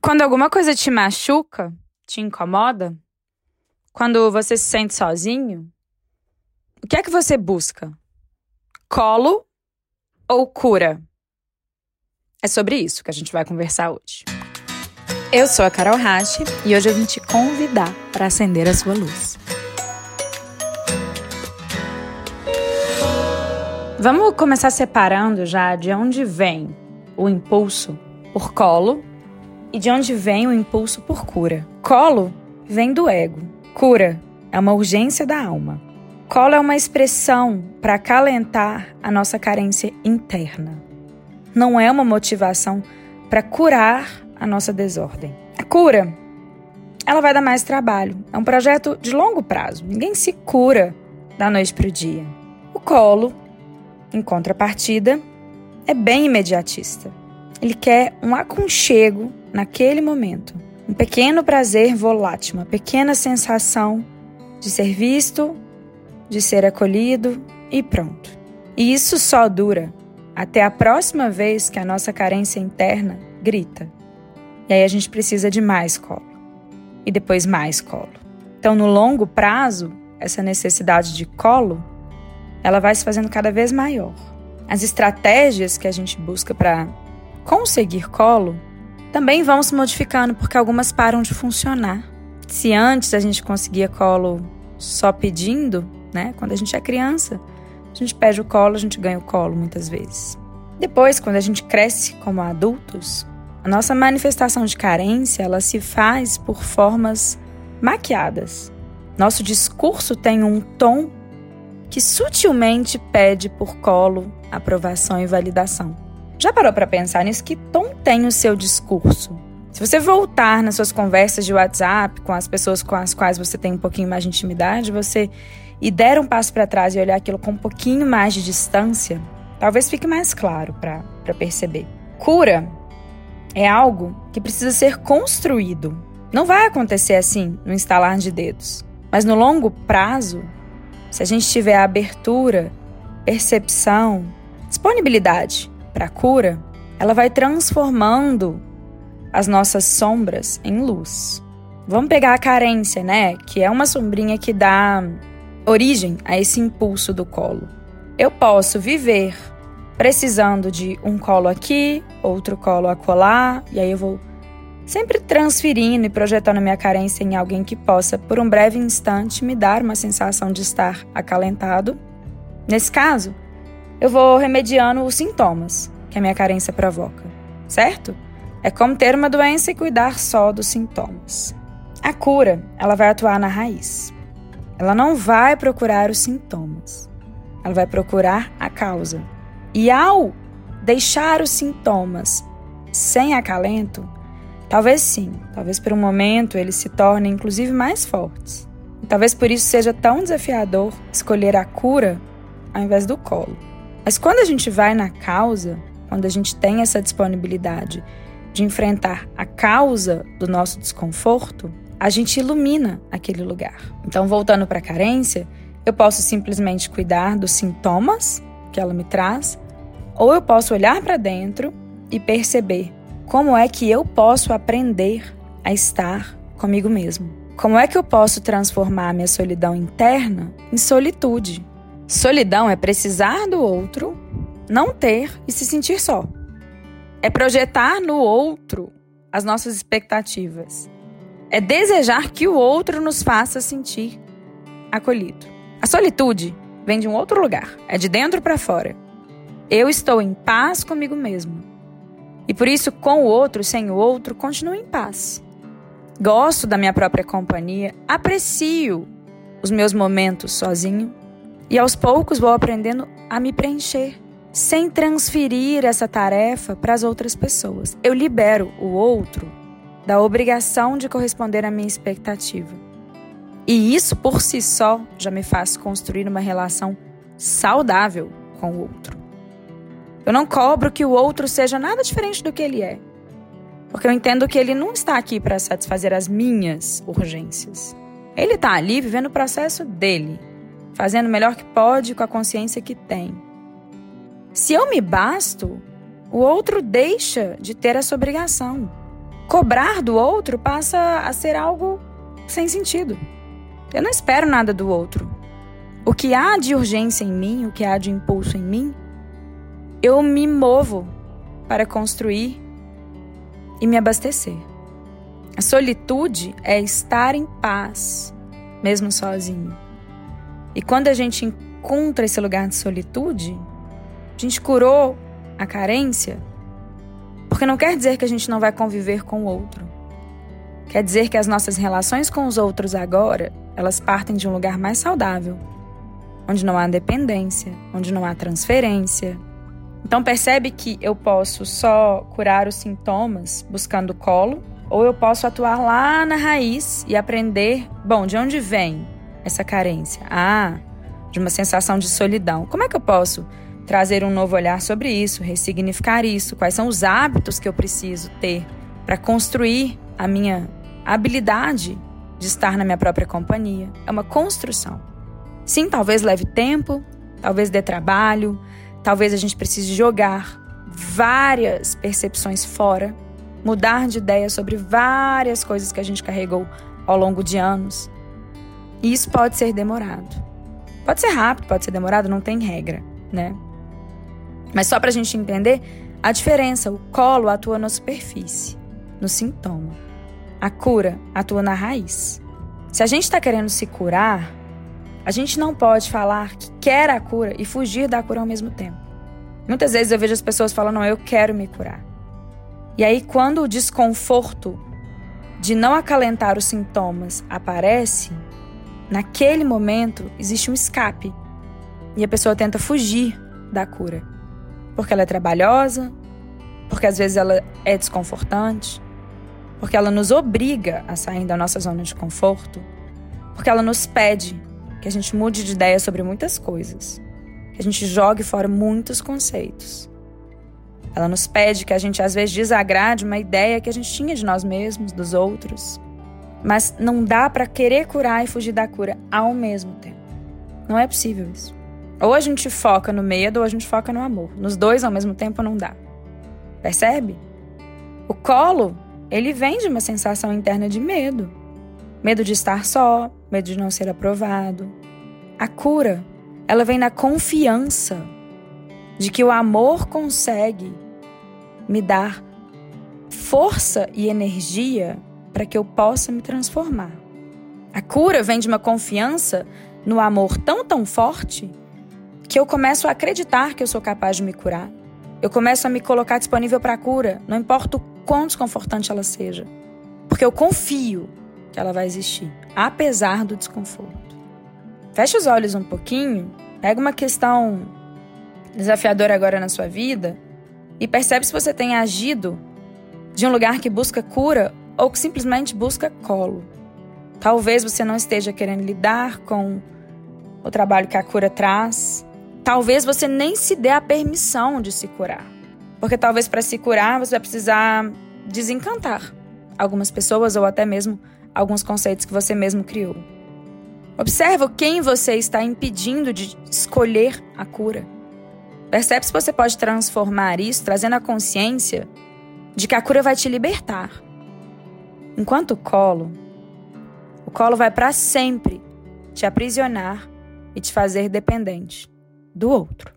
Quando alguma coisa te machuca, te incomoda, quando você se sente sozinho, o que é que você busca? Colo ou cura? É sobre isso que a gente vai conversar hoje. Eu sou a Carol Rache e hoje eu vim te convidar para acender a sua luz. Vamos começar separando já de onde vem o impulso por colo e de onde vem o impulso por cura. Colo vem do ego. Cura é uma urgência da alma. Colo é uma expressão para acalentar a nossa carência interna. Não é uma motivação para curar a nossa desordem. A cura, ela vai dar mais trabalho. É um projeto de longo prazo. Ninguém se cura da noite para o dia. O colo, em contrapartida, é bem imediatista. Ele quer um aconchego naquele momento. Um pequeno prazer volátil, uma pequena sensação de ser visto, de ser acolhido e pronto. E isso só dura até a próxima vez que a nossa carência interna grita. E aí a gente precisa de mais colo. E depois mais colo. Então, no longo prazo, essa necessidade de colo, ela vai se fazendo cada vez maior. As estratégias que a gente busca para conseguir colo também vão se modificando, porque algumas param de funcionar. Se antes a gente conseguia colo só pedindo, né? Quando a gente é criança, a gente pede o colo, a gente ganha o colo muitas vezes. Depois, quando a gente cresce como adultos, a nossa manifestação de carência, ela se faz por formas maquiadas. Nosso discurso tem um tom que sutilmente pede por colo, aprovação e validação. Já parou para pensar nisso? Que tom tem o seu discurso? Se você voltar nas suas conversas de WhatsApp com as pessoas com as quais você tem um pouquinho mais de intimidade, e der um passo para trás e olhar aquilo com um pouquinho mais de distância, talvez fique mais claro para perceber. Cura é algo que precisa ser construído. Não vai acontecer assim, no instalar de dedos. Mas no longo prazo, se a gente tiver abertura, percepção, disponibilidade para a cura, ela vai transformando as nossas sombras em luz. Vamos pegar a carência, né? Que é uma sombrinha que dá origem a esse impulso do colo. Eu posso viver precisando de um colo aqui, outro colo acolá, e aí eu vou sempre transferindo e projetando a minha carência em alguém que possa, por um breve instante, me dar uma sensação de estar acalentado. Nesse caso, eu vou remediando os sintomas que a minha carência provoca, certo? É como ter uma doença e cuidar só dos sintomas. A cura, ela vai atuar na raiz. Ela não vai procurar os sintomas. Ela vai procurar a causa. E ao deixar os sintomas sem acalento, talvez por um momento eles se tornem inclusive mais fortes. E talvez por isso seja tão desafiador escolher a cura ao invés do colo. Mas quando a gente vai na causa, quando a gente tem essa disponibilidade de enfrentar a causa do nosso desconforto, a gente ilumina aquele lugar. Então, voltando para a carência, eu posso simplesmente cuidar dos sintomas que ela me traz, ou eu posso olhar para dentro e perceber como é que eu posso aprender a estar comigo mesmo. Como é que eu posso transformar a minha solidão interna em solitude? Solidão é precisar do outro, não ter e se sentir só. É projetar no outro as nossas expectativas. É desejar que o outro nos faça sentir acolhido. A solitude vem de um outro lugar, é de dentro para fora. Eu estou em paz comigo mesmo. E por isso, com o outro, sem o outro, continuo em paz. Gosto da minha própria companhia, aprecio os meus momentos sozinho e aos poucos vou aprendendo a me preencher, sem transferir essa tarefa para as outras pessoas. Eu libero o outro da obrigação de corresponder à minha expectativa. E isso, por si só, já me faz construir uma relação saudável com o outro. Eu não cobro que o outro seja nada diferente do que ele é, porque eu entendo que ele não está aqui para satisfazer as minhas urgências. Ele está ali vivendo o processo dele, fazendo o melhor que pode com a consciência que tem. Se eu me basto, o outro deixa de ter essa obrigação. Cobrar do outro passa a ser algo sem sentido. Eu não espero nada do outro. O que há de urgência em mim, o que há de impulso em mim, eu me movo para construir e me abastecer. A solitude é estar em paz, mesmo sozinho. E quando a gente encontra esse lugar de solitude, a gente curou a carência, porque não quer dizer que a gente não vai conviver com o outro. Quer dizer que as nossas relações com os outros agora, elas partem de um lugar mais saudável, onde não há dependência, onde não há transferência. Então percebe que eu posso só curar os sintomas buscando colo, ou eu posso atuar lá na raiz e aprender, de onde vem essa carência? De uma sensação de solidão. Como é que eu posso trazer um novo olhar sobre isso, ressignificar isso? Quais são os hábitos que eu preciso ter para construir a minha habilidade de estar na minha própria companhia? É uma construção. Sim, talvez leve tempo, talvez dê trabalho, talvez a gente precise jogar várias percepções fora, mudar de ideia sobre várias coisas que a gente carregou ao longo de anos. E isso pode ser demorado. Pode ser rápido, pode ser demorado, não tem regra, né? Mas só pra gente entender a diferença, o colo atua na superfície, no sintoma. A cura atua na raiz. Se a gente está querendo se curar, a gente não pode falar que quer a cura e fugir da cura ao mesmo tempo. Muitas vezes eu vejo as pessoas falando, não, eu quero me curar. E aí quando o desconforto de não acalentar os sintomas aparece, naquele momento existe um escape. E a pessoa tenta fugir da cura. Porque ela é trabalhosa, porque às vezes ela é desconfortante, porque ela nos obriga a sair da nossa zona de conforto, porque ela nos pede que a gente mude de ideia sobre muitas coisas, que a gente jogue fora muitos conceitos. Ela nos pede que a gente às vezes desagrade uma ideia que a gente tinha de nós mesmos, dos outros. Mas não dá para querer curar e fugir da cura ao mesmo tempo. Não é possível isso. Ou a gente foca no medo ou a gente foca no amor. Nos dois ao mesmo tempo não dá. Percebe? O colo, ele vem de uma sensação interna de medo. Medo de estar só, medo de não ser aprovado. A cura, ela vem na confiança de que o amor consegue me dar força e energia para que eu possa me transformar. A cura vem de uma confiança no amor tão forte que eu começo a acreditar que eu sou capaz de me curar. Eu começo a me colocar disponível para a cura, não importa o quão desconfortante ela seja. Porque eu confio que ela vai existir, apesar do desconforto. Fecha os olhos um pouquinho, pega uma questão desafiadora agora na sua vida e percebe se você tem agido de um lugar que busca cura ou que simplesmente busca colo. Talvez você não esteja querendo lidar com o trabalho que a cura traz. Talvez você nem se dê a permissão de se curar. Porque talvez para se curar você vai precisar desencantar algumas pessoas ou até mesmo alguns conceitos que você mesmo criou. Observa quem você está impedindo de escolher a cura. Percebe se você pode transformar isso, trazendo a consciência de que a cura vai te libertar. Enquanto o colo vai para sempre te aprisionar e te fazer dependente do outro.